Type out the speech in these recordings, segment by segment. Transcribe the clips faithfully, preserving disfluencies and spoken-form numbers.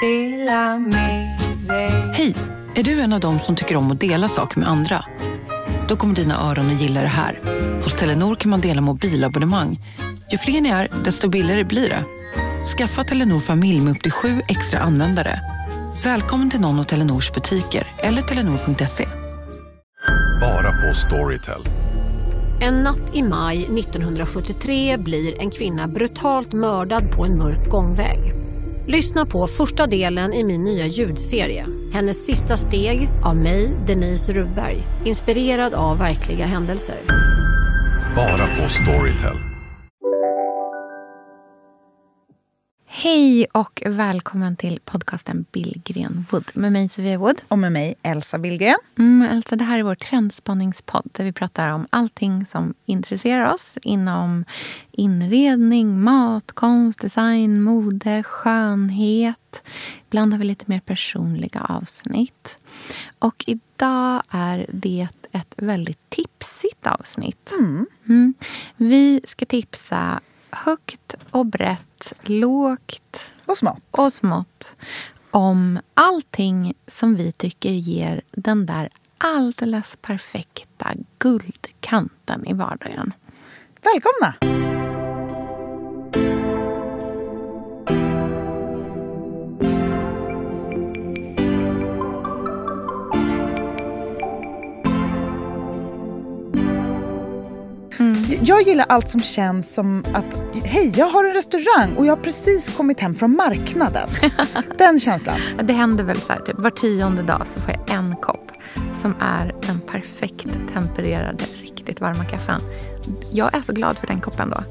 Hej, är du en av dem som tycker om att dela saker med andra? Då kommer dina öron att gilla det här. Hos Telenor kan man dela mobilabonnemang. Ju fler ni är, desto billigare blir det. Skaffa Telenor familj med upp till sju extra användare. Välkommen till någon av Telenors butiker eller telenor punkt se. Bara på Storytel. En natt i maj nittonhundrasjuttiotre blir en kvinna brutalt mördad på en mörk gångväg. Lyssna på första delen i min nya ljudserie. Hennes sista steg av mig, Denise Rubberg. Inspirerad av verkliga händelser. Bara på Storytel. Hej och välkommen till podcasten Billgren Wood. Med mig Sofia Wood. Och med mig Elsa Billgren. Mm, Elsa, det här är vår trendspanningspodd där vi pratar om allting som intresserar oss inom inredning, mat, konst, design, mode, skönhet. Ibland har vi lite mer personliga avsnitt. Och idag är det ett väldigt tipsigt avsnitt. Mm. Mm. Vi ska tipsa högt och brett, lågt och smått. och smått om allting som vi tycker ger den där alldeles perfekta guldkanten i vardagen. Välkomna! Mm. Jag gillar allt som känns som att hej, jag har en restaurang och jag har precis kommit hem från marknaden. Den känslan. Det händer väl så här, typ var tionde dag så får jag en kopp som är den perfekt tempererade, riktigt varma kaffen. Jag är så glad för den koppen då.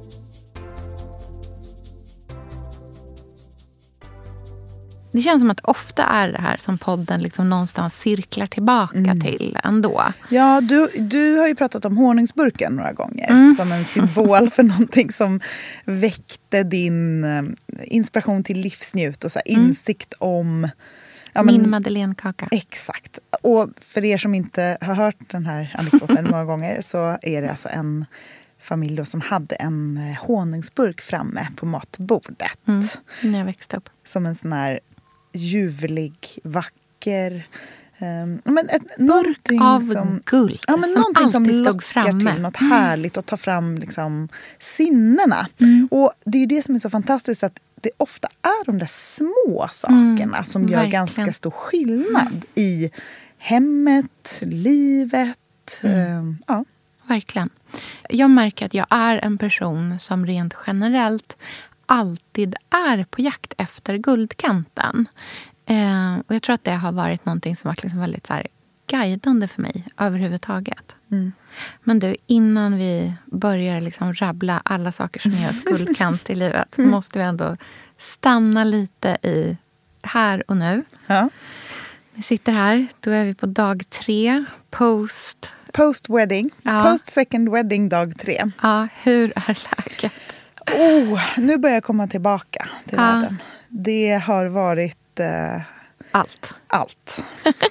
Det känns som att ofta är det här som podden liksom någonstans cirklar tillbaka mm. till ändå. Ja, du, du har ju pratat om honungsburken några gånger. Mm. Som en symbol för någonting som väckte din inspiration till livsnjut och så här, mm. insikt om... Ja, men, min madeleinekaka. Exakt. Och för er som inte har hört den här anekdoten många gånger så är det alltså en familj då som hade en honungsburk framme på matbordet. Mm. När jag växte upp. Som en sån här ljuvlig, vacker... Um, men ett, någonting av som, guld. Ja, men som någonting som lockar framme. till något härligt och tar fram liksom, sinnena. Mm. Och det är ju det som är så fantastiskt att det ofta är de där små sakerna mm, som gör verkligen. ganska stor skillnad mm. i hemmet, livet. Mm. Um, ja. Verkligen. Jag märker att jag är en person som rent generellt alltid är på jakt efter guldkanten. Eh, och jag tror att det har varit någonting som varit liksom väldigt så här guidande för mig överhuvudtaget. Mm. Men du, innan vi börjar liksom rabbla alla saker som gör oss guldkant i livet mm. måste vi ändå stanna lite i här och nu. Ja. Vi sitter här, då är vi på dag tre, post... Post-wedding. Ja. Post-second wedding, dag tre. Ja, hur är läget? Oh, nu börjar jag komma tillbaka till ja. världen. Det har varit... Eh, allt. Allt.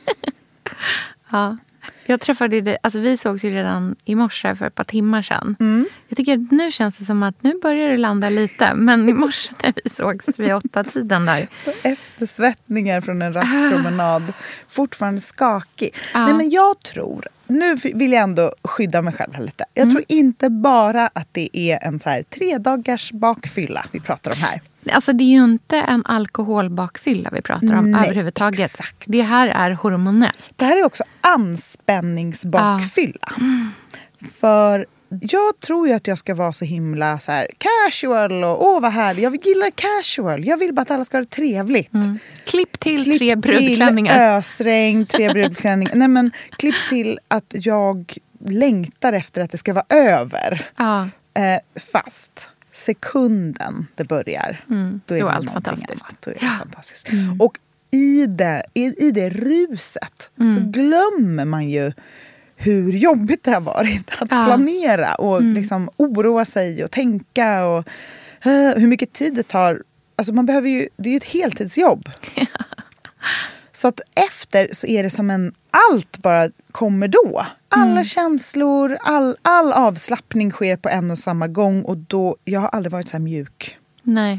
Ja. Jag träffade dig, alltså vi sågs ju redan i morse för ett par timmar sedan. Mm. Jag tycker att nu känns det som att nu börjar det landa lite. Men i morse när vi sågs vid åtta tiden där. Eftersvettningar från en rastpromenad. Fortfarande skakig. Ja. Nej, men jag tror, nu vill jag ändå skydda mig själv lite. Jag Mm. tror inte bara att det är en så här tre dagars bakfylla vi pratar om här. Alltså det är ju inte en alkoholbakfylla vi pratar om Nej, överhuvudtaget. Exakt. Det här är hormonellt. Det här är också anspänningsbakfylla. Ja. Mm. För jag tror ju att jag ska vara så himla så här casual och åh vad härligt. Jag gillar casual. Jag vill bara att alla ska ha det trevligt. Mm. Klipp till klipp tre brudklänningar. Till ösregn, tre brudklänningar. Nej men klipp till att jag längtar efter att det ska vara över. Ja. Eh, fast sekunden det börjar, Mm. då är då det allt någonting fantastiskt. annat. Då är det Ja. fantastiskt. Mm. Och i det, i, i det ruset Mm. så glömmer man ju hur jobbigt det har varit att Ja. planera och Mm. liksom oroa sig och tänka och uh, hur mycket tid det tar. Alltså man behöver ju, det är ju ett heltidsjobb. Ja. Så att efter så är det som en, allt bara kommer då. Alla Mm. känslor, all, all avslappning sker på en och samma gång. Och då, jag har aldrig varit så här mjuk. Nej.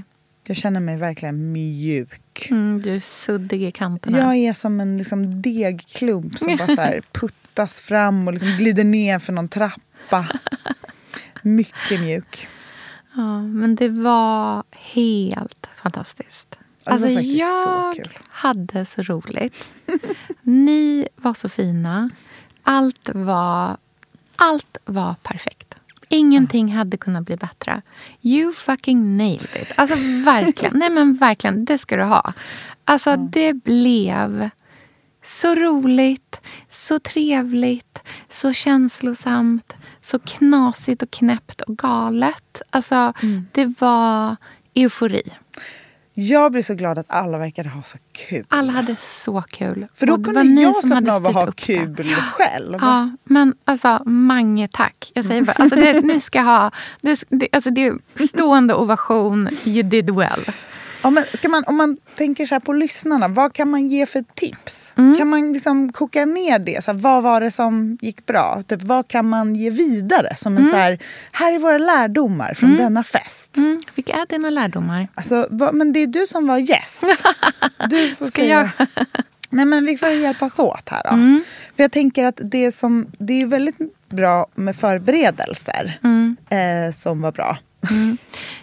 Jag känner mig verkligen mjuk. Mm, du är suddig i kanterna. Jag är som en liksom degklump som bara så här puttas fram och liksom glider ner för någon trappa. Mycket mjuk. Ja, men det var helt fantastiskt. Det alltså, var faktiskt jag så kul. hade så roligt. Ni var så fina. Allt var, allt var perfekt. Ingenting ja. hade kunnat bli bättre. You fucking nailed it. Alltså verkligen. Nej men verkligen, det ska du ha. Alltså ja. det blev så roligt, så trevligt, så känslosamt, så knasigt och knäppt och galet. Alltså mm. det var eufori. Jag blir så glad att alla verkade ha så kul. Alla hade så kul. För då kunde jag slappna av att ha kul det. själv. Ja, men alltså, mange tack. Jag säger bara, alltså det, ni ska ha, det, det, alltså det är stående ovation, you did well. Ja, men ska man, om man tänker så här på lyssnarna, vad kan man ge för tips? Mm. Kan man liksom koka ner det? Så här, vad var det som gick bra? Typ, vad kan man ge vidare? Som en Mm. så här, här är våra lärdomar från Mm. denna fest. Mm. Vilka är dina lärdomar? Alltså, vad, men det är du som var gäst. Du får Ska säga. jag? Nej, men vi får hjälpas åt här då. Mm. För jag tänker att det, som, det är väldigt bra med förberedelser Mm. eh, som var bra. Mm.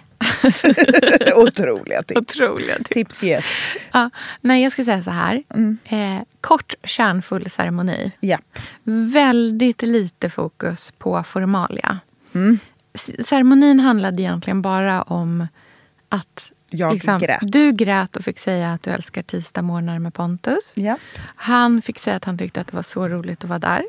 Otroliga tips. Otroliga tips. Tips yes. Ja, nej, jag ska säga så här. Mm. Eh, kort, kärnfull ceremoni. Ja. Väldigt lite fokus på formalia. Mm. C- ceremonin handlade egentligen bara om att Jag liksom, grät. du grät och fick säga att du älskar tisdagsmorgnar med Pontus. Ja. Han fick säga att han tyckte att det var så roligt att vara där.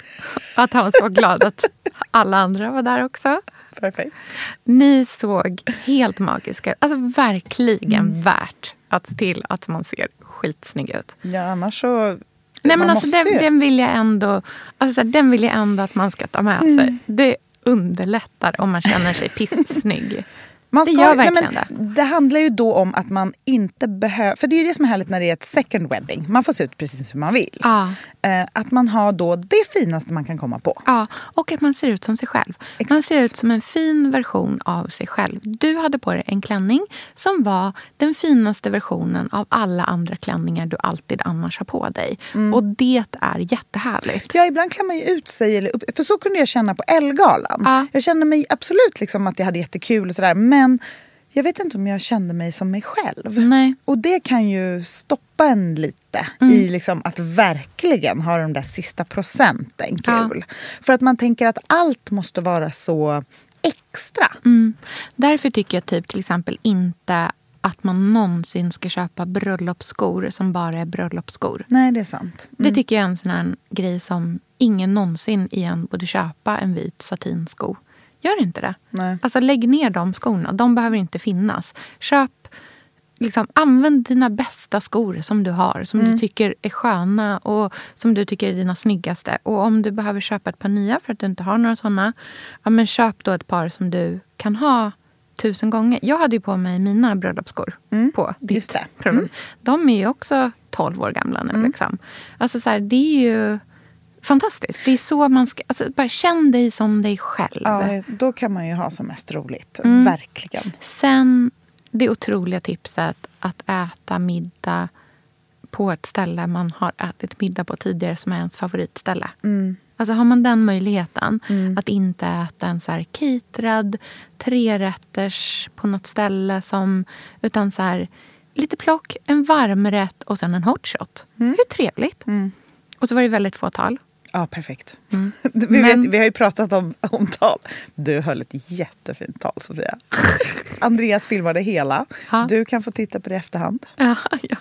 Att han var så glad att alla andra var där också. Perfekt. Ni såg helt magiska, alltså verkligen mm. värt att se till att man ser skitsnygg ut. Ja, annars så... Nej, men alltså den, den vill jag ändå, alltså den vill jag ändå att man ska ta med mm. sig. Det underlättar om man känner sig pissnygg. Man ska, det gör verkligen nej, men, det. Det handlar ju då om att man inte behöver... För det är ju det som är härligt när det är ett second wedding. Man får se ut precis som man vill. Ja. Eh, att man har då det finaste man kan komma på. Ja, och att man ser ut som sig själv. Exakt. Man ser ut som en fin version av sig själv. Du hade på dig en klänning som var den finaste versionen av alla andra klänningar du alltid annars har på dig. Mm. Och det är jättehärligt. Ja, ibland klär man ju ut sig. Eller upp, för så kunde jag känna på Ellegalan. Ja. Jag kände mig absolut liksom att jag hade jättekul och sådär. Men jag vet inte om jag kände mig som mig själv. Nej. Och det kan ju stoppa en lite mm. i liksom att verkligen ha de där sista procenten kul. Ja. För att man tänker att allt måste vara så extra. Mm. Därför tycker jag typ till exempel inte att man någonsin ska köpa bröllopsskor som bara är bröllopsskor. Nej, det är sant. Mm. Det tycker jag är en sån här grej som ingen någonsin igen borde köpa en vit satinsko. Gör inte det. Nej. Alltså lägg ner de skorna. De behöver inte finnas. Köp, liksom, använd dina bästa skor som du har. Som mm. du tycker är sköna och som du tycker är dina snyggaste. Och om du behöver köpa ett par nya för att du inte har några sådana. Ja, men köp då ett par som du kan ha tusen gånger. Jag hade ju på mig mina bröllopsskor mm. på ditt bröllop. Mm. De är ju också tolv år gamla nu. Mm. Liksom. Alltså så här, det är ju... fantastiskt. Det är så man ska... Alltså, bara känn dig som dig själv. Ja, då kan man ju ha som mest roligt. Mm. Verkligen. Sen det otroliga tipset att äta middag på ett ställe man har ätit middag på tidigare som är ens favoritställe. Mm. Alltså har man den möjligheten mm. att inte äta en så här caterad trerätters på något ställe som... Utan så här lite plock, en varmrätt och sen en hot shot. Mm. Hur trevligt. Mm. Och så var det väldigt få tal. Ja, perfekt. Mm. vi, Men... vet, vi har ju pratat om, om tal. Du höll ett jättefint tal, Sofia. Andreas filmade hela. Ha? Du kan få titta på det i efterhand. Ja, ja.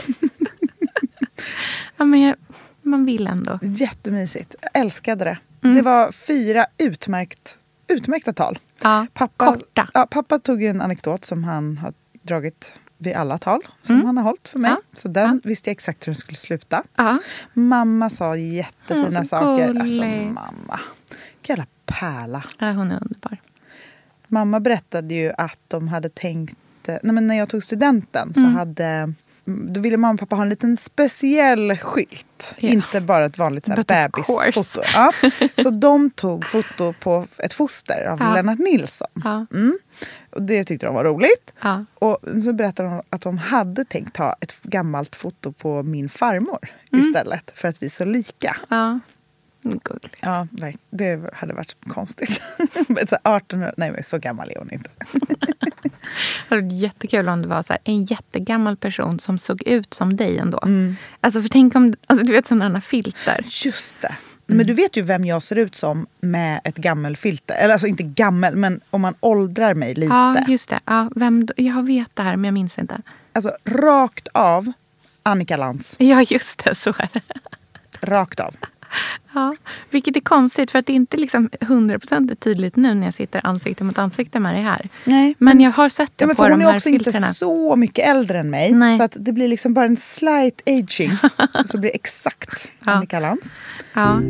ja men jag, man vill ändå. Jättemysigt. Jag älskade det. Mm. Det var fyra utmärkt, utmärkta tal. Ja, pappa, korta. Ja, pappa tog ju en anekdot som han har dragit vid alla tal som mm. han har hållit för mig. Ja. Så den ja. visste jag exakt hur den skulle sluta. Ja. Mamma sa jättefina ja, saker. Gullig. Alltså mamma. Jävla pärla. Ja, hon är underbar. Mamma berättade ju att de hade tänkt... Nej, men när jag tog studenten så mm. hade då ville mamma och pappa ha en liten speciell skylt. Yeah. Inte bara ett vanligt så här, bebisfoto. Ja. Så de tog foto på ett foster av ja. Lennart Nilsson. Ja. Mm. Och det tyckte de var roligt. Ja. Och så berättade de att de hade tänkt ta ett gammalt foto på min farmor mm. istället. För att vi är så lika. Ja. Good. Ja, nej, det hade varit konstigt. så arton, nej, så gammal är hon inte. Det var jättekul om det var så här, en jättegammal person som såg ut som dig ändå. Mm. Alltså för tänk om, alltså, du vet sådana filter. Just det. Mm. Men du vet ju vem jag ser ut som med ett gammelfilter. Eller alltså inte gammel, men om man åldrar mig lite. Ja, just det. Ja, vem, jag vet det här, men jag minns inte. Alltså rakt av Annika Lantz. Ja, just det, så är det. Rakt av. Ja, vilket är konstigt för att det inte liksom hundra procent är tydligt nu när jag sitter ansikte mot ansikte med det här. Nej, men, men jag har sett det ja, på de här filtrerna. Hon är också filterna. Inte så mycket äldre än mig. Nej. Så att det blir liksom bara en slight aging. Så det blir exakt ja. Annika Lantz. Ja.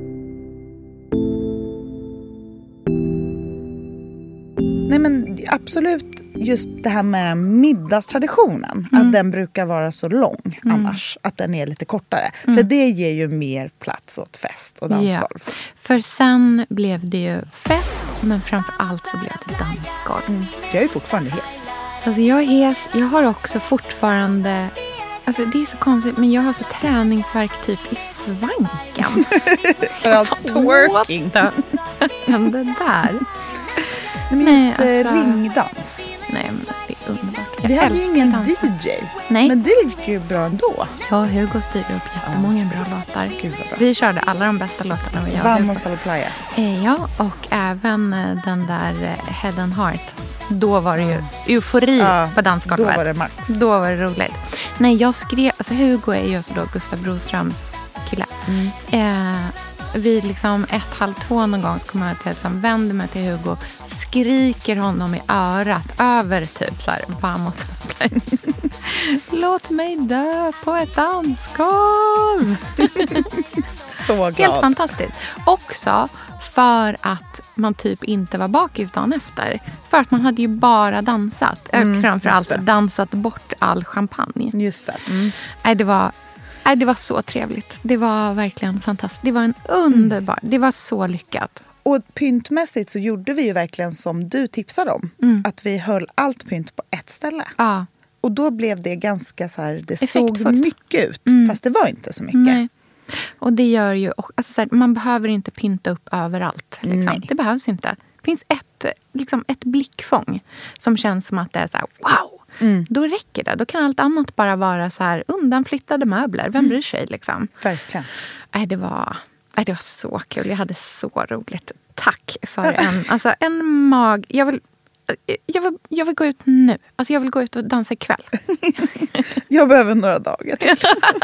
Nej men absolut just det här med middagstraditionen. Mm. Att den brukar vara så lång mm. annars. Att den är lite kortare. Mm. För det ger ju mer plats åt fest och dansgolv. Ja. För sen blev det ju fest. Men framför allt så blev det dansgolv. Mm. Jag är ju fortfarande hes. Alltså jag är hes. Jag har också fortfarande... Alltså det är så konstigt. Men jag har så träningsvärk typ i svanken. För allt twerking. Men det där... Men just nej, alltså, ringdans. Nej, men det är underbart. Jag vi hade ju ingen dansa. D J. Nej. Men det gick ju bra ändå. Ja, Hugo styrde upp jättemånga ja. bra låtar. Gud, bra. Vi körde alla de bästa låtarna. Vi Vamos a la playa. Eh, ja, och även den där Head and Heart. Då var det ju eufori ja, på dansgolvet. Då var det max. Då var det roligt. Nej, jag skrev... Alltså Hugo är ju så då Gustav Broströms kille. Mm. Eh... Vid liksom ett, halv två någon gång så kommer jag till som vänder mig till Hugo, skriker honom i örat över typ så här, vamos. Låt mig dö på ett dansgolv. Så glad. Helt fantastiskt. Också för att man typ inte var bakis dagen efter. För att man hade ju bara dansat. Mm, framförallt dansat bort all champagne. Just det. Mm. Nej, det var... Nej, det var så trevligt. Det var verkligen fantastiskt. Det var en underbar. Mm. Det var så lyckat. Och pyntmässigt så gjorde vi ju verkligen som du tipsade om. Mm. Att vi höll allt pynt på ett ställe. Ja. Och då blev det ganska så här... Det såg mycket ut. Mm. Fast det var inte så mycket. Nej. Och det gör ju... Alltså så här, man behöver inte pynta upp överallt. Liksom. Det behövs inte. Det finns ett, liksom ett blickfång. Som känns som att det är så här... Wow! Mm. Då räcker det. Då kan allt annat bara vara så här undanflyttade möbler. Vem bryr sig liksom? Verkligen. Nej, det var, nej, det var så kul. Jag hade så roligt. Tack för en, alltså en mag... Jag vill, jag, vill, jag vill gå ut nu. Alltså jag vill gå ut och dansa ikväll. Jag behöver några dagar till.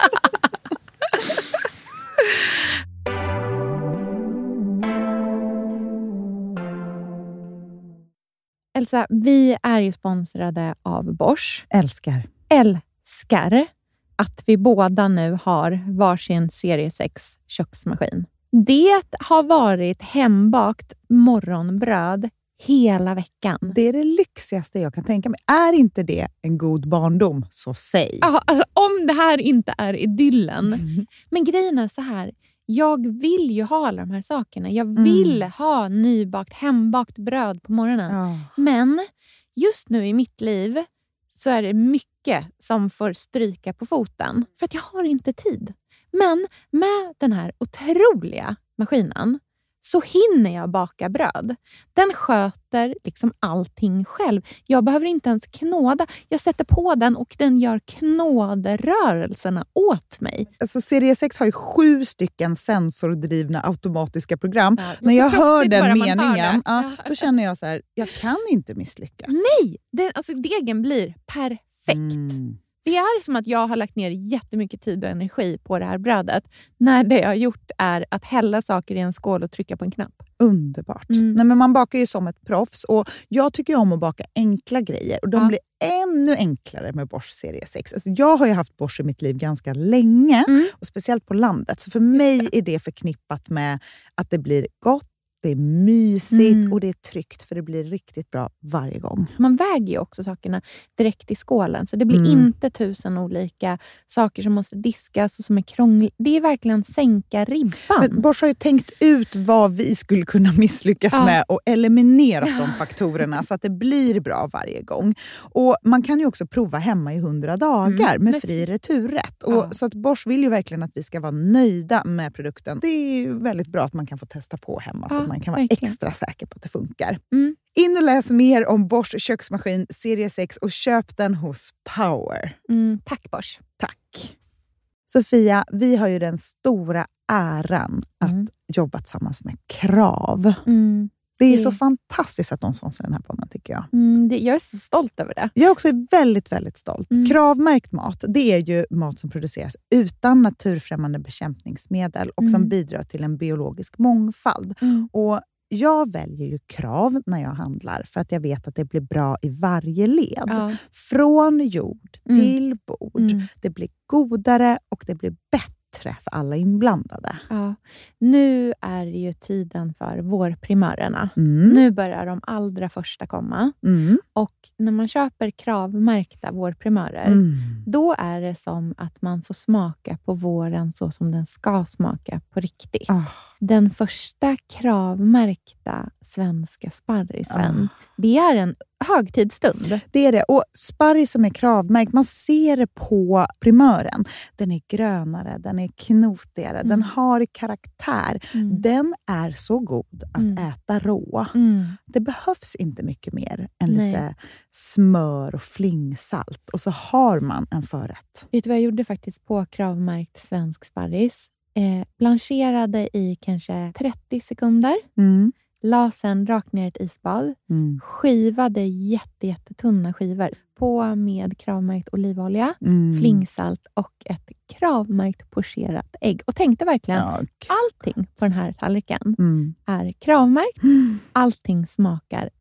Elsa, vi är ju sponsrade av Bosch. Älskar. Älskar att vi båda nu har varsin serie sex köksmaskin. Det har varit hembakt morgonbröd hela veckan. Det är det lyxigaste jag kan tänka mig. Är inte det en god barndom, så säg. Ja, alltså, om det här inte är idyllen. Mm. Men grejen är så här. Jag vill ju ha alla de här sakerna. Jag vill mm. ha nybakt, hembakt bröd på morgonen. Oh. Men just nu i mitt liv så är det mycket som får stryka på foten. För att jag har inte tid. Men med den här otroliga maskinen så hinner jag baka bröd. Den sköter liksom allting själv. Jag behöver inte ens knåda. Jag sätter på den och den gör knåderörelserna åt mig. Alltså serie sex har ju sju stycken sensordrivna automatiska program. Ja, när jag hör den meningen, ja, då känner jag så här, jag kan inte misslyckas. Nej, det, alltså degen blir perfekt. Mm. Det är som att jag har lagt ner jättemycket tid och energi på det här brödet. När det jag har gjort är att hälla saker i en skål och trycka på en knapp. Underbart. Mm. Nej, men man bakar ju som ett proffs. Och jag tycker om att baka enkla grejer. Och de ja. blir ännu enklare med Bosch serie sex. Alltså jag har ju haft Bosch i mitt liv ganska länge. Mm. Och speciellt på landet. Så för mig är det förknippat med att det blir gott. Det är mysigt Mm. och det är tryggt för det blir riktigt bra varje gång. Man väger ju också sakerna direkt i skålen. Så det blir Mm. inte tusen olika saker som måste diskas och som är krångligt. Det är verkligen sänka ribban. Men Bosch har ju tänkt ut vad vi skulle kunna misslyckas Ja. med och eliminerat de faktorerna så att det blir bra varje gång. Och man kan ju också prova hemma i hundra dagar Mm. med Men- fri returrätt. Ja. Och så att Bosch vill ju verkligen att vi ska vara nöjda med produkten. Det är ju väldigt bra att man kan få testa på hemma så Ja, att man kan vara verkligen. extra säker på att det funkar. Mm. In och läs mer om Bosch köksmaskin serie sex och köp den hos Power. Mm, tack Bosch. Tack. Sofia, vi har ju den stora äran Mm. att jobba tillsammans med Krav. Mm. Det är Det- så fantastiskt att de sponsrar den här podden, tycker jag. Mm, det, jag är så stolt över det. Jag är också väldigt, väldigt stolt. Mm. Kravmärkt mat, det är ju mat som produceras utan naturfrämmande bekämpningsmedel och som Mm. bidrar till en biologisk mångfald. Mm. Och jag väljer ju Krav när jag handlar för att jag vet att det blir bra i varje led. Ja. Från jord Mm. till bord. Mm. Det blir godare och det blir bättre för alla inblandade. Ja. Nu är det ju tiden för vårprimörerna. Mm. Nu börjar de allra första komma. Mm. Och när man köper kravmärkta vårprimörer, Mm. då är det som att man får smaka på våren så som den ska smaka på riktigt. Ah. Den första kravmärkta svenska sparrisen, Ah. det är en högtidsstund. Det är det. Och sparris som är kravmärkt, man ser det på primören. Den är grönare, den är knotigare, Mm. den har karaktär. Mm. Den är så god att Mm. äta rå. Mm. Det behövs inte mycket mer än Nej. lite smör och flingsalt. Och så har man en förrätt. Vet du vad jag gjorde faktiskt på kravmärkt svensk sparris? Eh, blancherade i kanske trettio sekunder. Mm. La sen rakt ner i ett isbad. Mm. Skivade jätte, jättetunna skivor. På med kravmärkt olivolja, Mm. flingsalt och ett kravmärkt pocherat ägg. Och tänkte verkligen, Ja, allting på den här tallriken mm. är kravmärkt. Allting smakar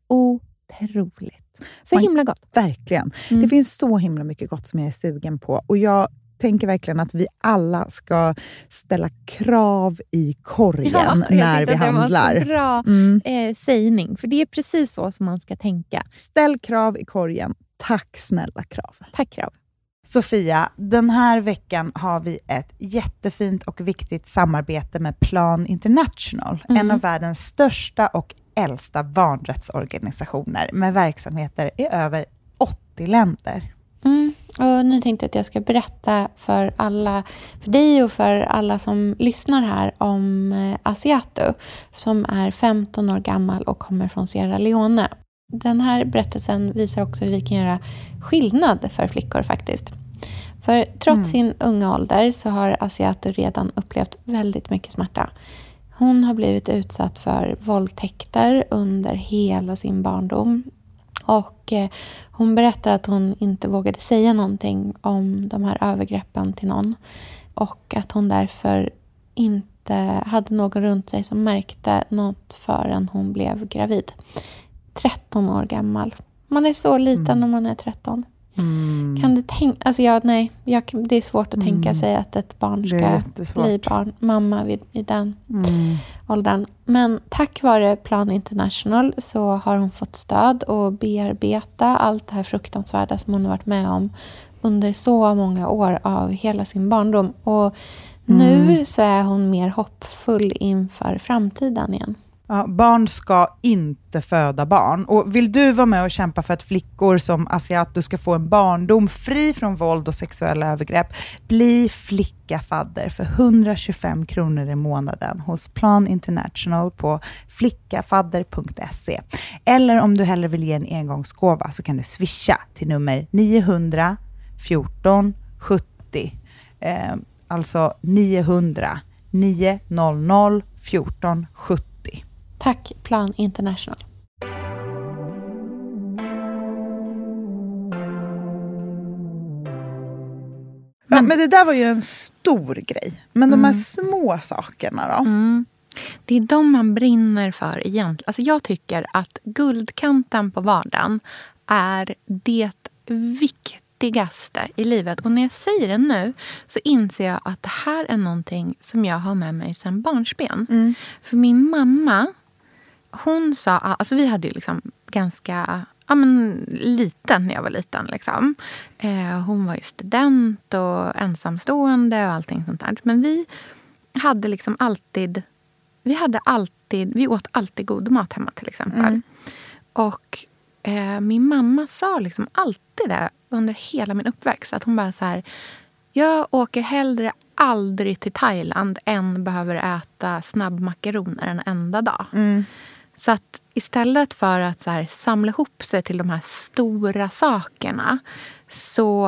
otroligt. Så Man- himla gott. Verkligen. Mm. Det finns så himla mycket gott som jag är sugen på. Och jag tänker verkligen att vi alla ska ställa krav i korgen Ja, jag när tyckte vi att det var handlar. så bra Mm. eh, sägning. För det är precis så som man ska tänka. Ställ krav i korgen. Tack snälla Krav. Tack Krav. Sofia, den här veckan har vi ett jättefint och viktigt samarbete med Plan International. Mm. En av världens största och äldsta barnrättsorganisationer med verksamheter i över åttio länder. Mm. Och nu tänkte jag att jag ska berätta för alla, för dig och för alla som lyssnar här om eh, Asiato, som är femton år gammal och kommer från Sierra Leone. Den här berättelsen visar också hur vi kan göra skillnad för flickor faktiskt. För trots Mm. sin unga ålder så har Asiato redan upplevt väldigt mycket smärta. Hon har blivit utsatt för våldtäkter under hela sin barndom. Och eh, hon berättar att hon inte vågade säga någonting om de här övergreppen till någon. Och att hon därför inte hade någon runt sig som märkte något förrän hon blev gravid. tretton år gammal. Man är så liten Mm. när man är tretton. Mm. Kan du tänka, alltså jag, nej, jag, det är svårt att Mm. tänka sig att ett barn Det ska är jättesvårt. bli barn, mamma vid, i den Mm. åldern. Men tack vare Plan International så har hon fått stöd och bearbeta allt det här fruktansvärda som hon har varit med om under så många år av hela sin barndom. Och nu Mm. så är hon mer hoppfull inför framtiden igen. Ja, barn ska inte föda barn. Och vill du vara med och kämpa för att flickor som Asiato ska få en barndom fri från våld och sexuella övergrepp, bli flickafadder för hundratjugofem kronor i månaden hos Plan International på flickafadder punkt se. Eller om du hellre vill ge en engångsgåva så kan du swisha till nummer niohundra fjorton sjuttio. Eh, alltså niohundra niohundra fjorton sjuttio. Tack Plan International. Men, men det där var ju en stor grej. Men de här Mm. små sakerna då? Mm. Det är de man brinner för egentligen. Alltså jag tycker att guldkanten på vardagen är det viktigaste i livet. Och när jag säger det nu så inser jag att det här är någonting som jag har med mig sedan barnsben. Mm. För min mamma hon sa, alltså vi hade ju liksom ganska ja, men, liten när jag var liten. Liksom. Eh, hon var ju student och ensamstående och allting sånt där. Men vi hade liksom alltid, vi hade alltid, vi åt alltid god mat hemma till exempel. Mm. Och eh, min mamma sa liksom alltid det under hela min uppväxt. Att hon bara så här, jag åker hellre aldrig till Thailand än behöver äta snabbmakaroner en enda dag. Mm. Så att istället för att så här, samla ihop sig till de här stora sakerna så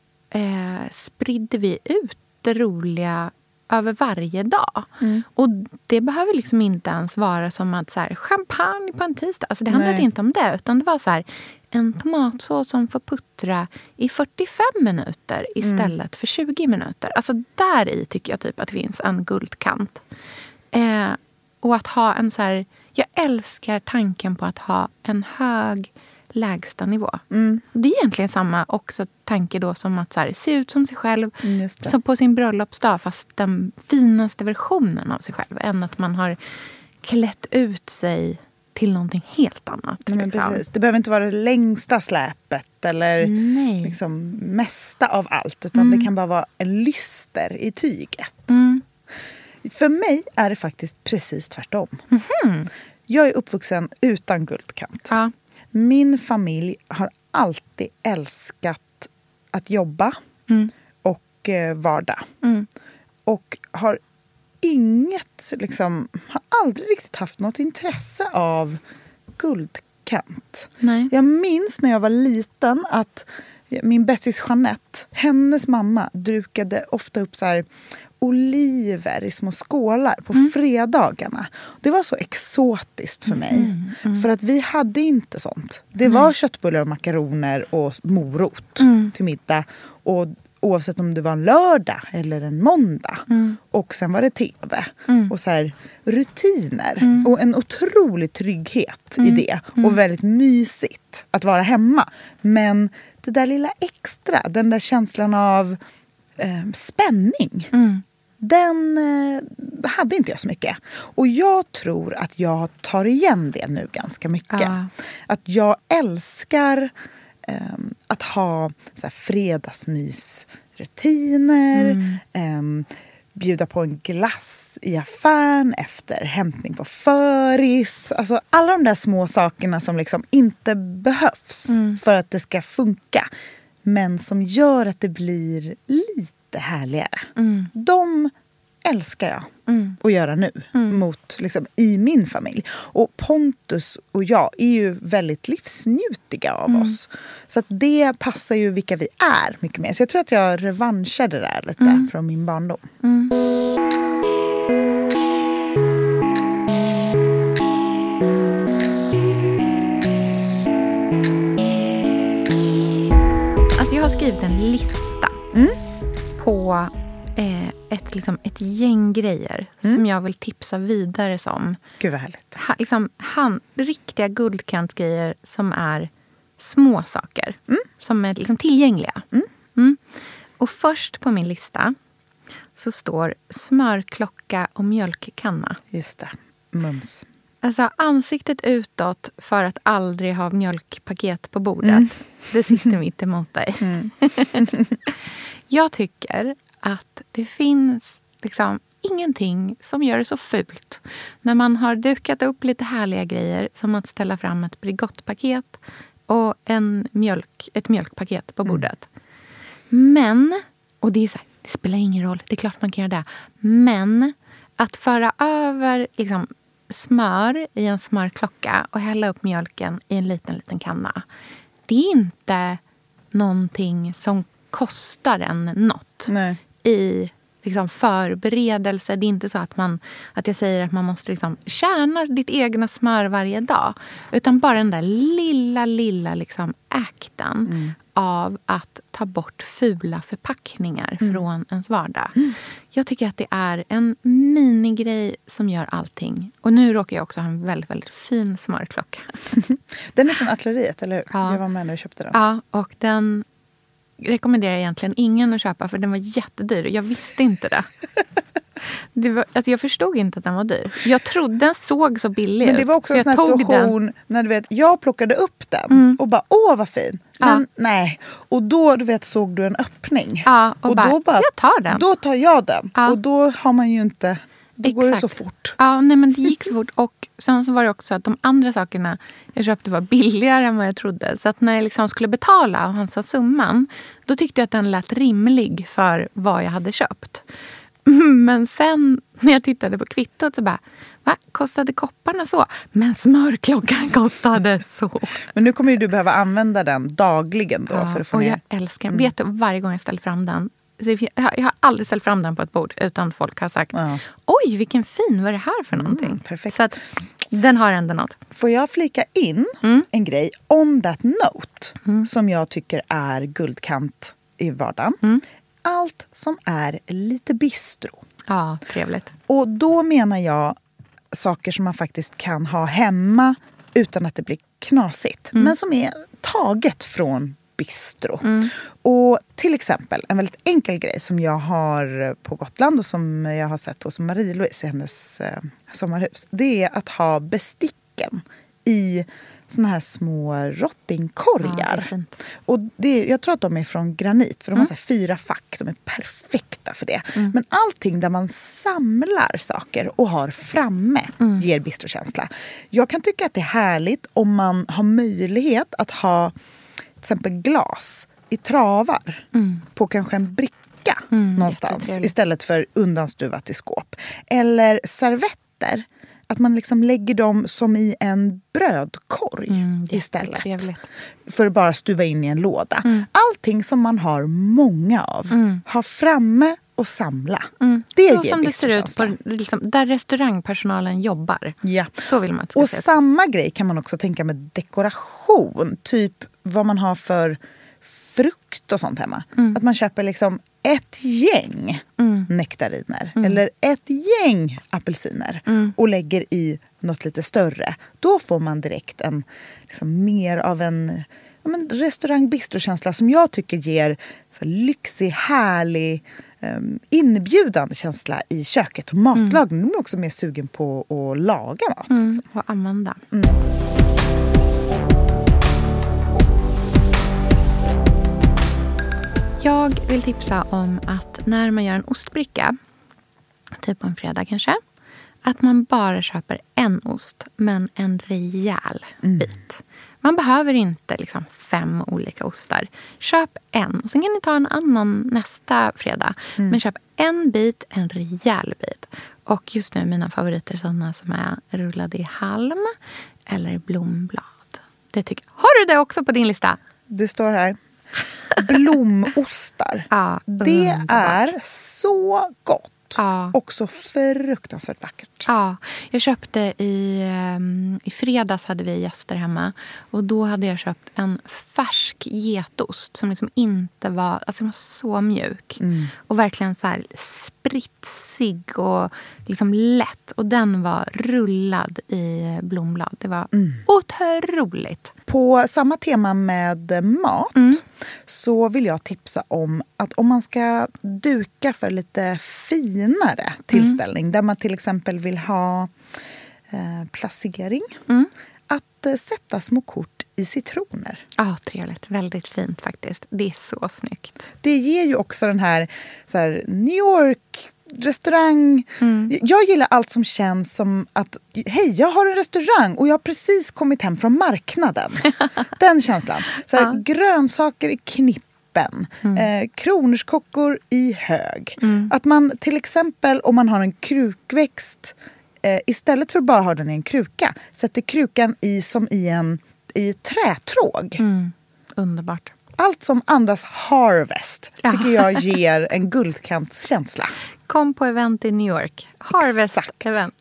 eh, spridde vi ut det roliga över varje dag. Mm. Och det behöver liksom inte ens vara som att så här, champagne på en tisdag. Alltså det handlade Nej. inte om det, utan det var så här, en tomatsås som får puttra i fyrtiofem minuter istället mm. för tjugo minuter. Alltså där i tycker jag typ att det finns en guldkant. Eh, och att ha en så här, jag älskar tanken på att ha en hög lägsta nivå. Mm. Det är egentligen samma också tanke då som att så här, se ut som sig själv som på sin bröllopsdag, fast den finaste versionen av sig själv, än att man har klätt ut sig till någonting helt annat. Nej, men precis. Det behöver inte vara det längsta släpet eller liksom mesta av allt, utan mm. det kan bara vara en lyster i tyget. Mm. För mig är det faktiskt precis tvärtom. Mm-hmm. Jag är uppvuxen utan guldkant. Ja. Min familj har alltid älskat att jobba mm. och eh, vardag. Mm. Och har inget, liksom, har aldrig riktigt haft något intresse av guldkant. Nej. Jag minns när jag var liten att min bästis Jeanette, hennes mamma dukade ofta upp så här oliver i små skålar på mm. fredagarna. Det var så exotiskt för mig. Mm, mm. För att vi hade inte sånt. Det mm. var köttbullar och makaroner och morot mm. till middag. Och oavsett om det var en lördag eller en måndag. Mm. Och sen var det tv. Mm. Och så här rutiner. Mm. Och en otrolig trygghet mm. i det. Mm. Och väldigt mysigt att vara hemma. Men det där lilla extra, den där känslan av eh, spänning. Mm. Den eh, hade inte jag så mycket. Och jag tror att jag tar igen det nu ganska mycket. Uh. Att jag älskar eh, att ha så här, fredagsmysrutiner. Mm. Eh, bjuda på en glass i affären efter hämtning på föris. Alltså alla de där små sakerna som liksom inte behövs mm. för att det ska funka. Men som gör att det blir lite härligare. Mm. De älskar jag mm. att göra nu mm. mot, liksom, i min familj. Och Pontus och jag är ju väldigt livsnjutiga av mm. oss. Så att det passar ju vilka vi är mycket mer. Så jag tror att jag revanschar det där lite mm. från min barndom. Mm. Alltså jag har skrivit en lista mm. på eh, ett, liksom, ett gäng grejer mm. som jag vill tipsa vidare som. Gud vad härligt. Ha, liksom, han, riktiga guldkantgrejer som är små saker. Mm. Som är liksom, tillgängliga. Mm. Mm. Och först på min lista så står smörklocka och mjölkkanna. Just det. Mums. Alltså ansiktet utåt för att aldrig ha mjölkpaket på bordet. Mm. Det sitter mitt emot dig. Mm. Jag tycker att det finns liksom ingenting som gör det så fult. När man har dukat upp lite härliga grejer som att ställa fram ett Bregottpaket och en mjölk, ett mjölkpaket på bordet. Mm. Men, och det är så här, det spelar ingen roll, det är klart man kan göra det. Men att föra över liksom smör i en smörklocka och hälla upp mjölken i en liten, liten kanna. Det är inte någonting som kostar en något. Nej. I liksom förberedelse. Det är inte så att, man, att jag säger att man måste liksom tjäna ditt egna smör varje dag. Utan bara den där lilla, lilla liksom akten mm. av att ta bort fula förpackningar mm. från ens vardag. Mm. Jag tycker att det är en minigrej som gör allting. Och nu råkar jag också ha en väldigt, väldigt fin smörklocka. Den är från Artilleriet, eller hur? Ja. Jag var med när du köpte den. Ja, och den rekommenderar jag egentligen ingen att köpa för den var jättedyr. Jag visste inte det. det var, alltså jag förstod inte att den var dyr. Jag trodde den såg så billig ut. Men det var också en sån här situation den. när du vet, jag plockade upp den mm. och bara, åh vad fin. Men ja. nej. Och då du vet, såg du en öppning. Ja, och, och bara, då bara, jag tar den. Då tar jag den. Ja. Och då har man ju inte... Då Exakt. går det så fort. Ja, nej, men det gick så fort. Och sen så var det också att de andra sakerna jag köpte var billigare än vad jag trodde. Så att när jag liksom skulle betala och han sa summan, då tyckte jag att den lät rimlig för vad jag hade köpt. Men sen när jag tittade på kvittot så bara, va? Kostade kopparna så? Men smörklockan kostade så. Men nu kommer ju du behöva använda den dagligen då ja, för att få och ner. Jag älskar den. Mm. Vet du, varje gång jag ställer fram den. Jag har aldrig ställt fram den på ett bord utan folk har sagt, ja. oj vilken fin, vad är det här för någonting? Mm, perfekt. Så att den har ändå något. Får jag flika in mm. en grej on that note mm. som jag tycker är guldkant i vardagen. Mm. Allt som är lite bistro. Ja, trevligt. Och då menar jag saker som man faktiskt kan ha hemma utan att det blir knasigt. Mm. Men som är taget från bistro. Mm. Och till exempel en väldigt enkel grej som jag har på Gotland och som jag har sett hos Marie-Louise i hennes eh, sommarhus. Det är att ha besticken i såna här små rottingkorgar. Ja, det och det, jag tror att de är från granit för de mm. har så här fyra fack. De är perfekta för det. Mm. Men allting där man samlar saker och har framme mm. ger bistrokänsla. Jag kan tycka att det är härligt om man har möjlighet att ha till exempel glas i travar mm. på kanske en bricka mm, någonstans istället för undanstuvat i skåp. Eller servetter, att man liksom lägger dem som i en brödkorg mm, istället. För att bara stuva in i en låda. Mm. Allting som man har många av, mm. ha framme och samla. Mm. Det så ger som det ser ut på, liksom, där restaurangpersonalen jobbar. Ja. Så vill man och samma grej kan man också tänka med dekoration. Typ vad man har för frukt och sånt hemma. Mm. Att man köper liksom ett gäng mm. nektariner. Mm. Eller ett gäng apelsiner. Mm. Och lägger i något lite större. Då får man direkt en liksom, mer av en ja, men restaurang-bistro-känsla som jag tycker ger så lyxig, härlig, um, inbjudande känsla i köket och matlagning. Mm. De är också mer sugen på att laga mat. Mm. Liksom. Och använda. Mm. Jag vill tipsa om att när man gör en ostbricka, typ på en fredag kanske, att man bara köper en ost, men en rejäl mm. bit. Man behöver inte liksom fem olika ostar. Köp en och sen kan ni ta en annan nästa fredag. Mm. Men köp en bit, en rejäl bit. Och just nu mina favoriter är sådana som är rullade i halm eller blomblad. Det tycker jag. Har du det också på din lista? Det står här. Blomostar. Ja, det är så gott. Ja. Och så fruktansvärt vackert. Ja, jag köpte i, i fredags hade vi gäster hemma. Och då hade jag köpt en färsk getost som liksom inte var, alltså den var så mjuk. Mm. Och verkligen så här spritsig och liksom lätt. Och den var rullad i blomblad. Det var mm. otroligt. På samma tema med mat mm. så vill jag tipsa om att om man ska duka för lite finare tillställning mm. där man till exempel vill ha eh, placering mm. att eh, sätta små kort i citroner. Ja, ah, trevligt. Väldigt fint faktiskt. Det är så snyggt. Det ger ju också den här, så här New York restaurang. Mm. Jag gillar allt som känns som att hej, jag har en restaurang och jag har precis kommit hem från marknaden. Den känslan. Så här, ja. Grönsaker i knippen. Mm. Eh, kronärtskockor i hög. Mm. Att man till exempel om man har en krukväxt eh, istället för att bara ha den i en kruka sätter krukan i som i en i trätråg. Mm. Underbart. Allt som andas harvest tycker jag ger en guldkantskänsla. Kom på event i New York. Harvest-event.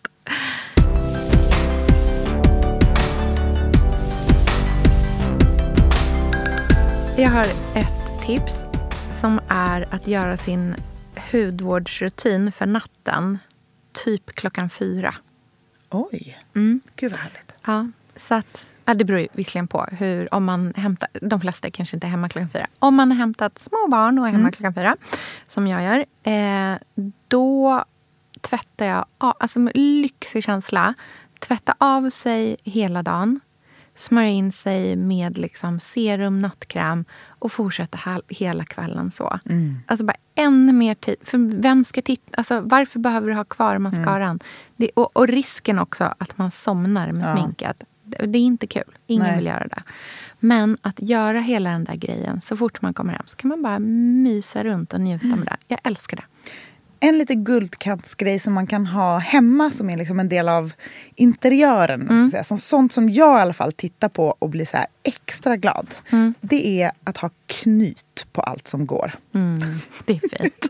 Jag har ett tips som är att göra sin hudvårdsrutin för natten typ klockan fyra. Oj, mm. gud vad härligt. Ja, så att ja, det beror ju visserligen på hur, om man hämtar, de flesta kanske inte är hemma klockan fyra. Om man har hämtat små barn och är hemma mm. klockan fyra, som jag gör, eh, då tvättar jag av, alltså med lyxig känsla, tvätta av sig hela dagen, smörja in sig med liksom serum, nattkräm och fortsätta hela kvällen så. Mm. Alltså bara ännu mer tid. För vem ska titta? Alltså varför behöver du ha kvar mascaran? Mm. Det, och, och risken också att man somnar med ja. sminket. Det, det är inte kul. Ingen Nej. vill göra det. Men att göra hela den där grejen så fort man kommer hem så kan man bara mysa runt och njuta mm. med det. Jag älskar det. En lite guldkantsgrej som man kan ha hemma som är liksom en del av interiören. Mm. Säga. Som sånt som jag i alla fall tittar på och blir så här extra glad. Mm. Det är att ha knyt på allt som går. Mm. Det är fint.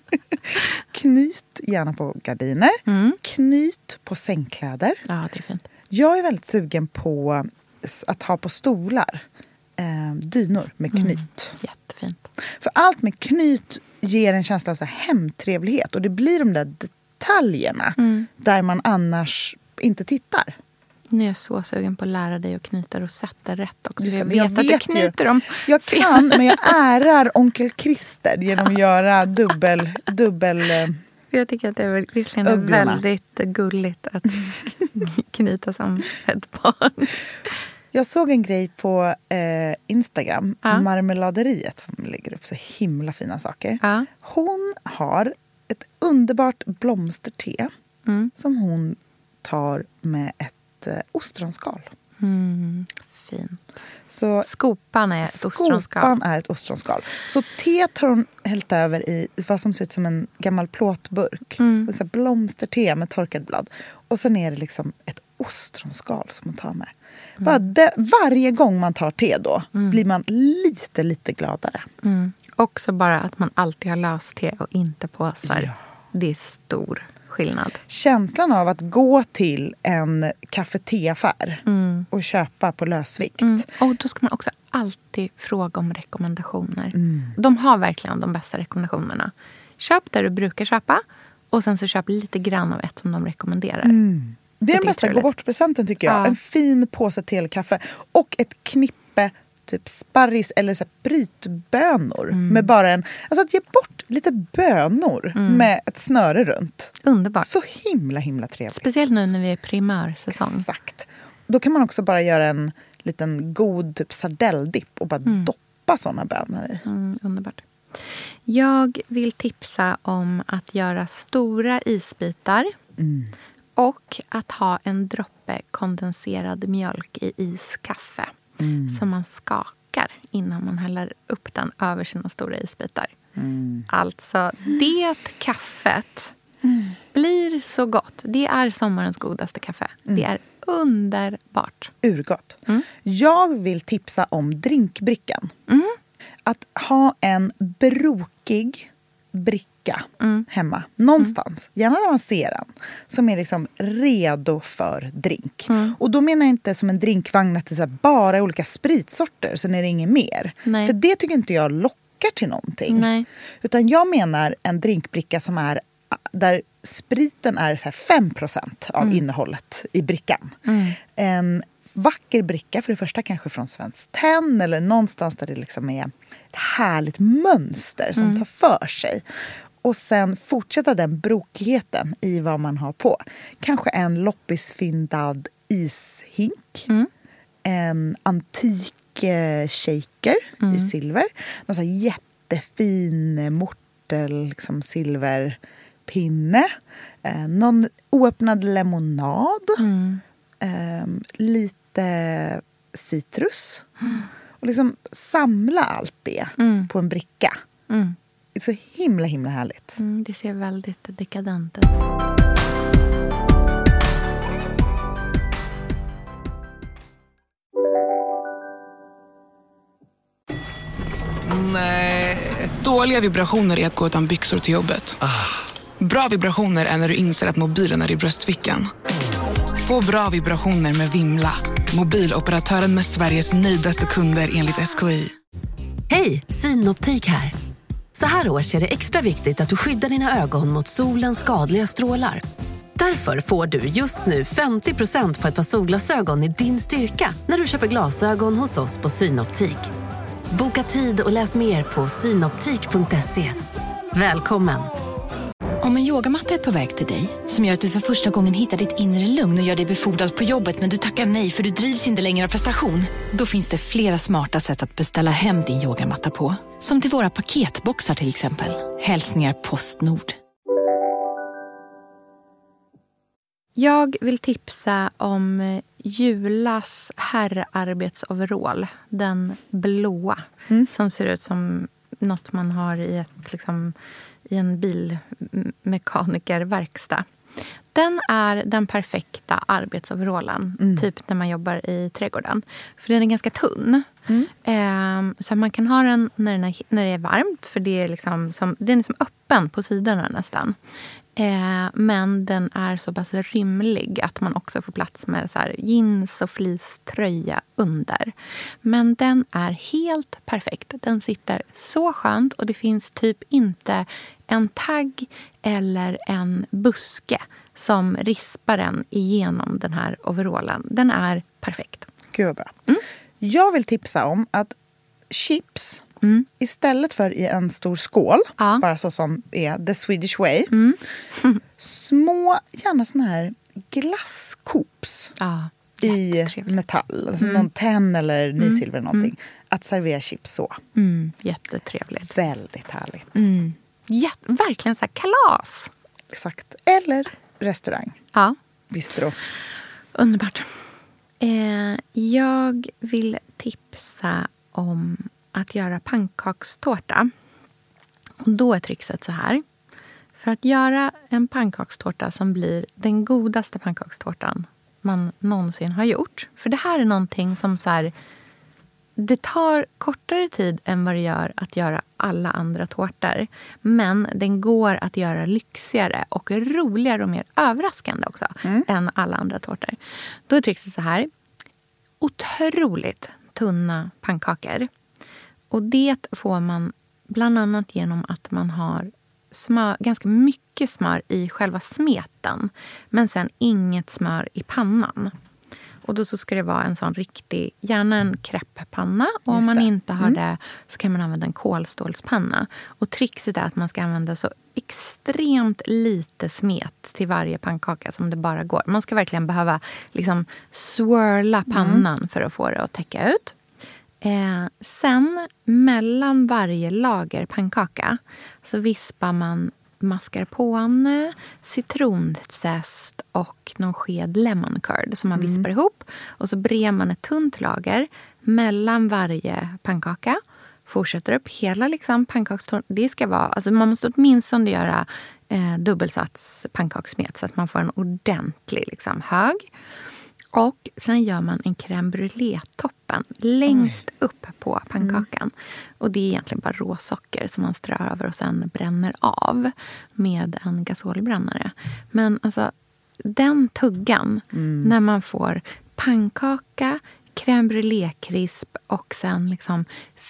Knyt gärna på gardiner. Mm. Knyt på sängkläder. Ja, det är fint. Jag är väldigt sugen på att ha på stolar eh, dynor med knyt. Mm. Jättefint. För allt med knyt ger en känsla av så här hemtrevlighet. Och det blir de där detaljerna mm. där man annars inte tittar. Nu är jag så sugen på att lära dig att knyta rosetter rätt också. Just det, jag vet, jag vet att du knyter dem. Jag kan, men jag ärar onkel Christer genom att göra dubbel... dubbel jag tycker att det är visserligen är väldigt gulligt att knyta som ett barn. Jag såg en grej på eh, Instagram, ja. Marmeladeriet, som lägger upp så himla fina saker. Ja. Hon har ett underbart blomsterte mm. som hon tar med ett eh, ostronskal. Mm, fint. Så skopan är ett ostronskal. Skopan är ett ostronskal. Så teet har hon hällt över i vad som ser ut som en gammal plåtburk. Mm. Så blomsterte med torkad blad. Och sen är det liksom ett ostronskal som hon tar med. Mm. Bara det, varje gång man tar te då mm. blir man lite, lite gladare. Mm. Också bara att man alltid har löst te och inte påsar. Ja. Det är stor skillnad. Känslan av att gå till en kafeteaffär mm. och köpa på lösvikt. Mm. Och då ska man också alltid fråga om rekommendationer. Mm. De har verkligen de bästa rekommendationerna. Köp där du brukar köpa och sen så köp lite grann av ett som de rekommenderar. Mm. Det är den bästa gå bort-presenten tycker jag. Ja. En fin påse till kaffe. Och ett knippe typ sparris eller så här brytbönor. Mm. Med bara en... Alltså att ge bort lite bönor mm. med ett snöre runt. Underbart. Så himla, himla trevligt. Speciellt nu när vi är primörsäsong. Exakt. Då kan man också bara göra en liten god typ sardelldipp och bara mm. doppa såna bönor i. Mm, underbart. Jag vill tipsa om att göra stora isbitar. Mm. Och att ha en droppe kondenserad mjölk i iskaffe. Mm. Som man skakar innan man häller upp den över sina stora isbitar. Mm. Alltså, det kaffet mm. blir så gott. Det är sommarens godaste kaffe. Mm. Det är underbart. Urgott. Mm. Jag vill tipsa om drinkbrickan. Mm. Att ha en brokig bricka mm. hemma. Någonstans. Mm. Gärna när man ser den. Som är liksom redo för drink. Mm. Och då menar jag inte som en drinkvagn att det är så bara olika spritsorter. Så är det inget mer. Nej. För det tycker inte jag lockar till någonting. Nej. Utan jag menar en drinkbricka som är där spriten är så här fem procent av mm. innehållet i brickan. Mm. En vacker bricka för det första kanske från Svenskt Tenn eller någonstans där det liksom är ett härligt mönster som mm. tar för sig. Och sen fortsätta den brokigheten i vad man har på. Kanske en loppisfyndad ishink. Mm. En antik eh, shaker mm. i silver. Någon så här jättefin mortel liksom silverpinne. Eh, någon oöppnad lemonad. Mm. Eh, lite citrus. Mm. Och liksom samla allt det mm. på en bricka. Mm. Det är så himla, himla härligt. Mm, det ser väldigt dekadent ut. Nej. Dåliga vibrationer är att gå utan byxor till jobbet. Ah. Bra vibrationer är när du inser att mobilen är i bröstfickan. Få bra vibrationer med Vimla. Mobiloperatören med Sveriges nöjdaste kunder enligt S K I. Hej, Synoptik här. Så här års är det extra viktigt att du skyddar dina ögon mot solens skadliga strålar. Därför får du just nu femtio procent på ett par solglasögon i din styrka när du köper glasögon hos oss på Synoptik. Boka tid och läs mer på synoptik punkt se. Välkommen! Om en yogamatta är på väg till dig, som gör att du för första gången hittar ditt inre lugn och gör dig befordrad på jobbet men du tackar nej för du drivs inte längre av prestation. Då finns det flera smarta sätt att beställa hem din yogamatta på. Som till våra paketboxar till exempel. Hälsningar Postnord. Jag vill tipsa om Julas herrarbetsoverall. Den blåa. Mm. Som ser ut som något man har i, ett, liksom, i en bilmekanikerverkstad. Den är den perfekta arbetsoverallen. Mm. Typ när man jobbar i trädgården. För den är ganska tunn. Mm. Eh, så man kan ha den när, den är, när det är varmt. För det är liksom som, den är liksom öppen på sidorna nästan. Eh, men den är så pass rymlig att man också får plats med så här jeans och fleecetröja under. Men den är helt perfekt. Den sitter så skönt och det finns typ inte en tagg eller en buske som rispar den igenom den här overallen. Den är perfekt. Gud vad bra. Mm. Jag vill tipsa om att chips... Mm. Istället för i en stor skål, ja. Bara så som är the Swedish way. Mm. Mm. Små, gärna såna här glasskoops ja, i metall. Alltså mm. någon tenn eller nysilver eller någonting. Mm. Att servera chips så. Mm. Jättetrevligt. Väldigt härligt. Mm. Jätte, verkligen så här kalas. Exakt. Eller restaurang. Ja. Bistro. Underbart. Eh, jag vill tipsa om att göra pannkakstårta. Och då är trixet så här. För att göra en pannkakstårta som blir den godaste pannkakstårtan man någonsin har gjort. För det här är någonting som så här, det tar kortare tid än vad det gör att göra alla andra tårtor. Men den går att göra lyxigare och roligare och mer överraskande också mm. än alla andra tårtor. Då är trixet så här. Otroligt tunna pannkakor. Och det får man bland annat genom att man har smör, ganska mycket smör i själva smeten. Men sen inget smör i pannan. Och då så ska det vara en sån riktig, gärna en krepppanna. Och om man inte har mm. det så kan man använda en kolstålspanna. Och trixet är att man ska använda så extremt lite smet till varje pannkaka som det bara går. Man ska verkligen behöva liksom swirla pannan mm. för att få det att täcka ut. Eh, sen mellan varje lager pannkaka så vispar man mascarpone, citronzest och någon sked lemon curd som man mm. vispar ihop. Och så brer man ett tunt lager mellan varje pannkaka. Fortsätter upp hela liksom pannkakstårtan. Det ska vara, alltså man måste åtminstone göra eh, dubbelsats pannkakssmet så att man får en ordentlig liksom, hög. Och sen gör man en crème brûlée-toppen längst Oj. upp på pannkakan. Mm. Och det är egentligen bara råsocker som man strör över och sen bränner av med en gasolbrännare. Men alltså, den tuggan mm. när man får pannkaka, crème brûlée-krisp och sen liksom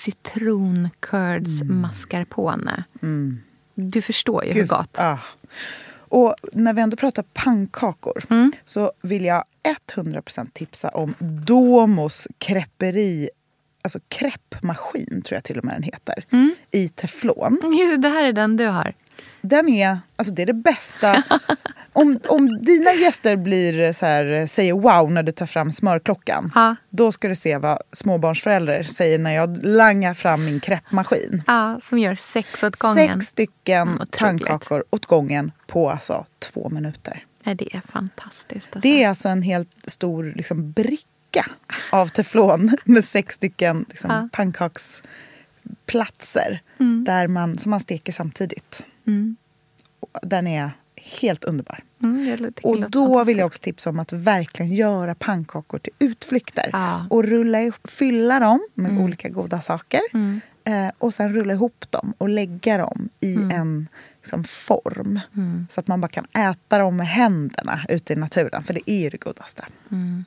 citroncurds mm. mascarpone. Mm. Du förstår ju Gud, hur gott. Ah. Och när vi ändå pratar pannkakor mm. så vill jag hundra procent tipsa om Domos creperi, alltså kreppmaskin tror jag till och med den heter, mm. i teflon. Det här är den du har. Den är, alltså det är det bästa. Om, om dina gäster blir så här, säger wow när du tar fram smörklockan, ha. Då ska du se vad småbarnsföräldrar säger när jag langar fram min kreppmaskin. Ja, som gör sex åt gången. Sex stycken mm, pannkakor åt gången på alltså två minuter. Ja, det är fantastiskt. Alltså. Det är alltså en helt stor liksom, bricka av teflon med sex stycken liksom, ja. pannkaksplatser mm. där man, som man steker samtidigt. Mm. Den är helt underbar. Mm, och då vill jag också tipsa om att verkligen göra pannkakor till utflykter. Ja. Och rulla ihop, fylla dem med mm. olika goda saker. Mm. Eh, och sen rulla ihop dem och lägga dem i mm. en liksom, form. Mm. Så att man bara kan äta dem med händerna ute i naturen. För det är ju det godaste. Mm.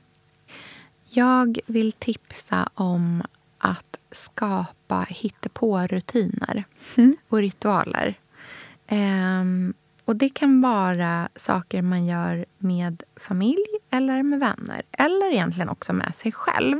Jag vill tipsa om att skapa hittepå-rutiner mm. och ritualer. Um, och det kan vara saker man gör med familj eller med vänner. Eller egentligen också med sig själv.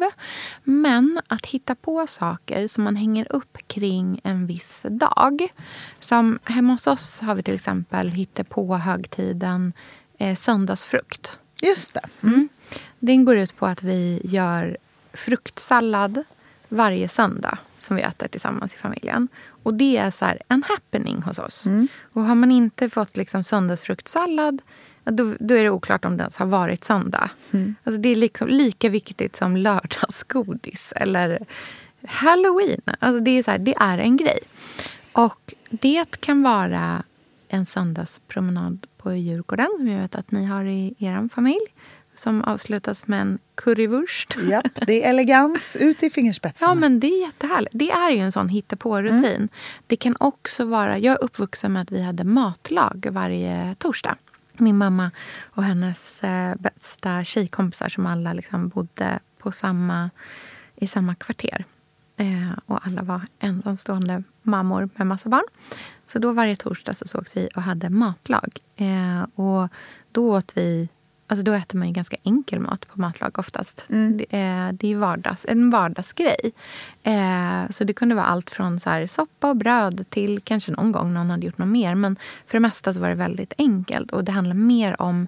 Men att hitta på saker som man hänger upp kring en viss dag. Som hemma hos oss har vi till exempel hittat på högtiden eh, söndagsfrukt. Just det. Mm. Den går ut på att vi gör fruktsallad varje söndag som vi äter tillsammans i familjen. Och det är så här en happening hos oss. Mm. Och har man inte fått liksom söndagsfruktsallad, då, då är det oklart om det ens har varit söndag. Mm. Alltså det är liksom lika viktigt som lördagsgodis eller Halloween. Alltså det är så här, det är en grej. Och det kan vara en söndagspromenad på Djurgården som jag vet att ni har i er familj. Som avslutas med en currywurst. Japp, det är elegans ut i fingerspetsen. Ja, men det är jättehärligt. Det är ju en sån hittepå-rutin. Mm. Det kan också vara... Jag är uppvuxen med att vi hade matlag varje torsdag. Min mamma och hennes eh, bästa tjejkompisar som alla liksom bodde på samma, i samma kvarter. Eh, och alla var ensamstående mammor med massa barn. Så då varje torsdag så sågs vi och hade matlag. Eh, och då åt vi... Alltså då äter man ju ganska enkel mat på matlag oftast. Mm. Det är, det är vardags, en vardagsgrej. Eh, så det kunde vara allt från så här soppa och bröd till kanske någon gång någon hade gjort något mer. Men för det mesta så var det väldigt enkelt. Och det handlar mer om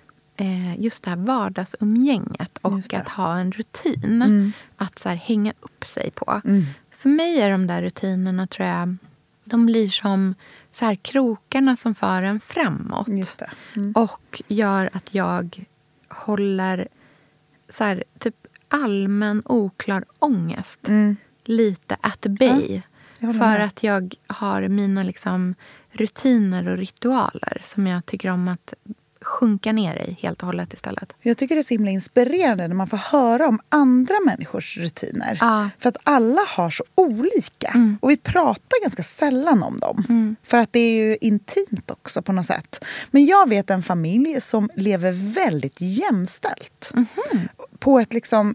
eh, just det här vardagsumgänget. Och att ha en rutin. Mm. Att så här hänga upp sig på. Mm. För mig är de där rutinerna tror jag... De blir som så här krokarna som för en framåt. Just det. Mm. Och gör att jag håller så här, typ allmän oklar ångest. Mm. Lite at bay. Ja, för att jag har mina liksom, rutiner och ritualer som jag tycker om att sjunka ner i helt och hållet istället. Jag tycker det är så himla inspirerande när man får höra om andra människors rutiner. Ah. För att alla har så olika. Mm. Och vi pratar ganska sällan om dem. Mm. För att det är ju intimt också på något sätt. Men jag vet en familj som lever väldigt jämställt. Mm. På ett liksom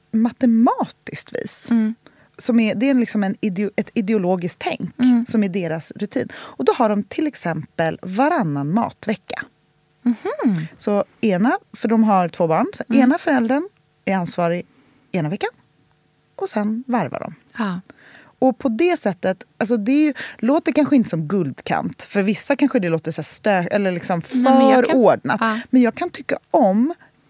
matematiskt vis. Mm. Som är, det är liksom en ide, ett ideologiskt tänk mm. som är deras rutin. Och då har de till exempel varannan matvecka. Mm-hmm. Så ena, för de har två barn, så mm. ena föräldern är ansvarig ena veckan och sen varvar de. Ja. Och på det sättet, alltså det är ju, låter kanske inte som guldkant, för vissa kanske det låter så här stö, eller liksom förordnat. Men, ja. men jag kan tycka om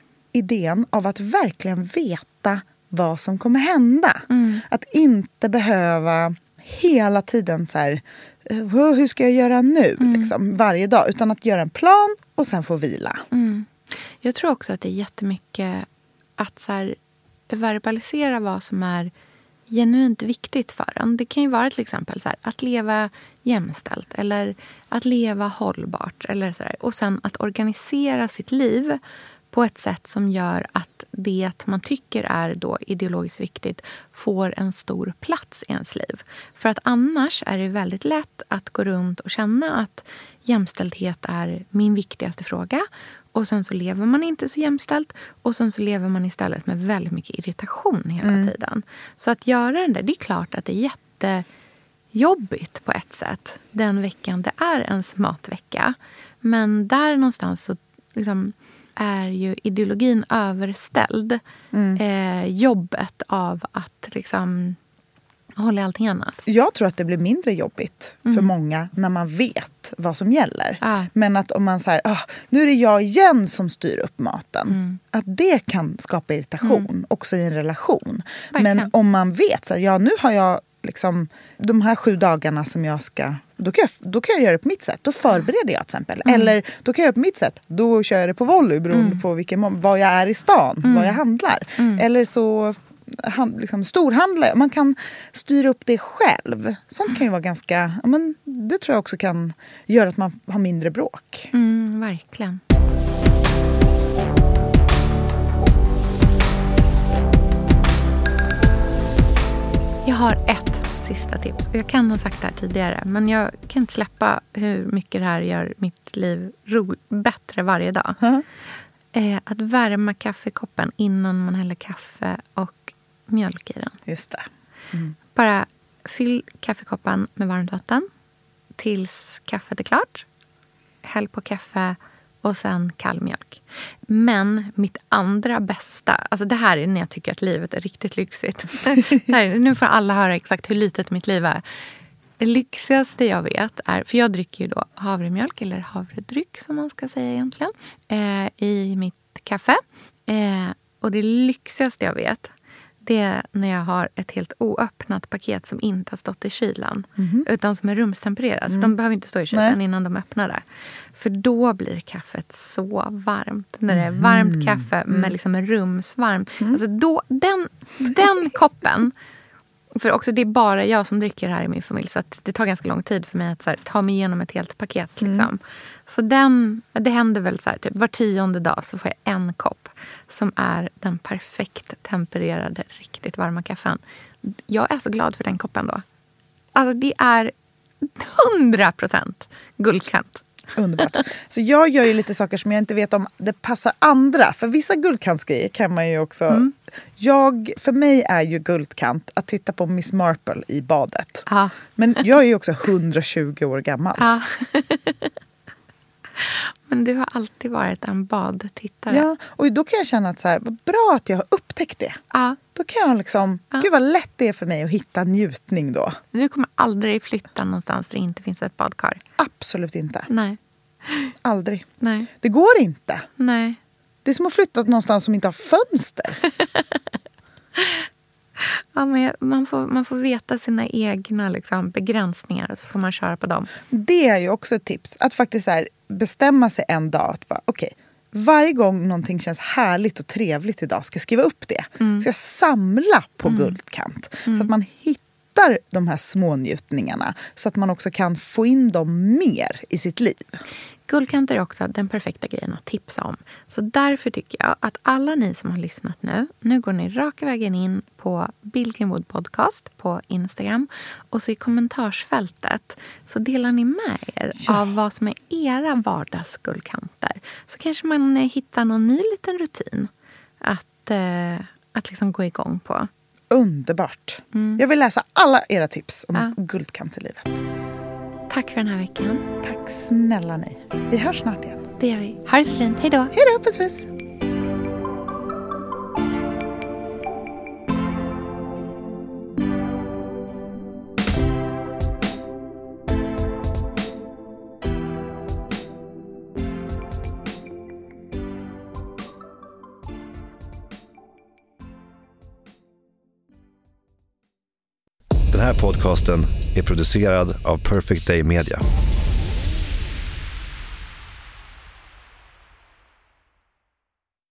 idén av att verkligen veta vad som kommer hända. Mm. Att inte behöva hela tiden så här, hur ska jag göra nu mm. liksom, varje dag, utan att göra en plan och sen få vila. Mm. Jag tror också att det är jättemycket att så här, verbalisera vad som är genuint viktigt för en. Det kan ju vara till exempel så här, att leva jämställt eller att leva hållbart eller så här, och sen att organisera sitt liv på ett sätt som gör att det man tycker är då ideologiskt viktigt får en stor plats i ens liv. För att annars är det väldigt lätt att gå runt och känna att jämställdhet är min viktigaste fråga. Och sen så lever man inte så jämställt. Och sen så lever man istället med väldigt mycket irritation hela mm. tiden. Så att göra den där, det är klart att det är jättejobbigt på ett sätt. Den veckan det är ens matvecka. Men där någonstans så liksom är ju ideologin överställd mm. eh, jobbet av att liksom hålla allting annat. Jag tror att det blir mindre jobbigt mm. för många när man vet vad som gäller. Ah. Men att om man säger, ah, nu är det jag igen som styr upp maten. Mm. Att det kan skapa irritation mm. också i en relation. Verkligen. Men om man vet, så här, ja nu har jag liksom de här sju dagarna som jag ska... Då kan, jag, då kan jag göra det på mitt sätt. Då förbereder jag till exempel. Mm. Eller då kan jag göra det på mitt sätt. Då kör jag det på volley beroende mm. på vilken, var jag är i stan. Mm. Var jag handlar. Mm. Eller så hand, liksom, storhandlar jag. Man kan styra upp det själv. Sånt kan ju vara ganska... Ja, men det tror jag också kan göra att man har mindre bråk. Mm, verkligen. Jag har ett sista tips. Jag kan ha sagt det här tidigare, men jag kan inte släppa hur mycket det här gör mitt liv ro- bättre varje dag. Mm. Eh, att värma kaffekoppen innan man häller kaffe och mjölk i den. Just det. Mm. Bara fyll kaffekoppen med varmt vatten tills kaffet är klart. Häll på kaffe och sen kall mjölk. Men mitt andra bästa, alltså det här är när jag tycker att livet är riktigt lyxigt. Det här, nu får alla höra exakt hur litet mitt liv är. Det lyxigaste jag vet är, för jag dricker ju då havremjölk eller havredryck som man ska säga egentligen, eh, i mitt kaffe. Eh, och det lyxigaste jag vet, det är när jag har ett helt oöppnat paket som inte har stått i kylan. Mm. Utan som är rumstempererat. Mm. För de behöver inte stå i kylan Nej. innan de öppnar det. För då blir kaffet så varmt. När det är varmt kaffe mm. med liksom rumsvarmt. Mm. Alltså då, den, den koppen. För också det är bara jag som dricker det här i min familj. Så att det tar ganska lång tid för mig att så här, ta mig igenom ett helt paket. Liksom. Mm. Så den, det händer väl så här, typ, var tionde dag så får jag en kopp. Som är den perfekt tempererade, riktigt varma kaffen. Jag är så glad för den koppen då. Alltså det är hundra procent guldkant. Underbart. Så jag gör ju lite saker som jag inte vet om det passar andra. För vissa guldkantsgrejer kan man ju också... Mm. Jag, för mig är ju guldkant att titta på Miss Marple i badet. Ah. Men jag är ju också hundratjugo år gammal. Ah. Men du har alltid varit en badtittare. Ja, och då kan jag känna att så här, vad bra att jag har upptäckt det. Ja. Då kan jag liksom, ja. Gud vad lätt det är för mig att hitta njutning då. Du kommer aldrig flytta någonstans där det inte finns ett badkar. Absolut inte. Nej. Aldrig. Nej. Det går inte. Nej. Det är som att flytta någonstans som inte har fönster. Ja, men man, får, man får veta sina egna liksom, begränsningar och så får man köra på dem. Det är ju också ett tips. Att faktiskt så här, bestämma sig en dag. Att bara, okej, varje gång någonting känns härligt och trevligt idag ska jag skriva upp det. Mm. Ska jag samla på mm. guldkant. Mm. Så att man hittar de här små njutningarna. Så att man också kan få in dem mer i sitt liv. Guldkant är också den perfekta grejen att tipsa om. Så därför tycker jag att alla ni som har lyssnat nu, nu går ni raka vägen in på Billgrenwood Podcast på Instagram. Och så i kommentarsfältet så delar ni med er ja. av vad som är era vardagsguldkanter. Så kanske man hittar någon ny liten rutin att, eh, att liksom gå igång på. Underbart. Mm. Jag vill läsa alla era tips om ja. guldkant i livet. Tack för den här veckan. Tack snälla ni. Vi hörs snart igen. Det gör vi. Ha det så fint. Hej då. Hej då. Puss puss. Den här podcasten är producerad av Perfect Day Media.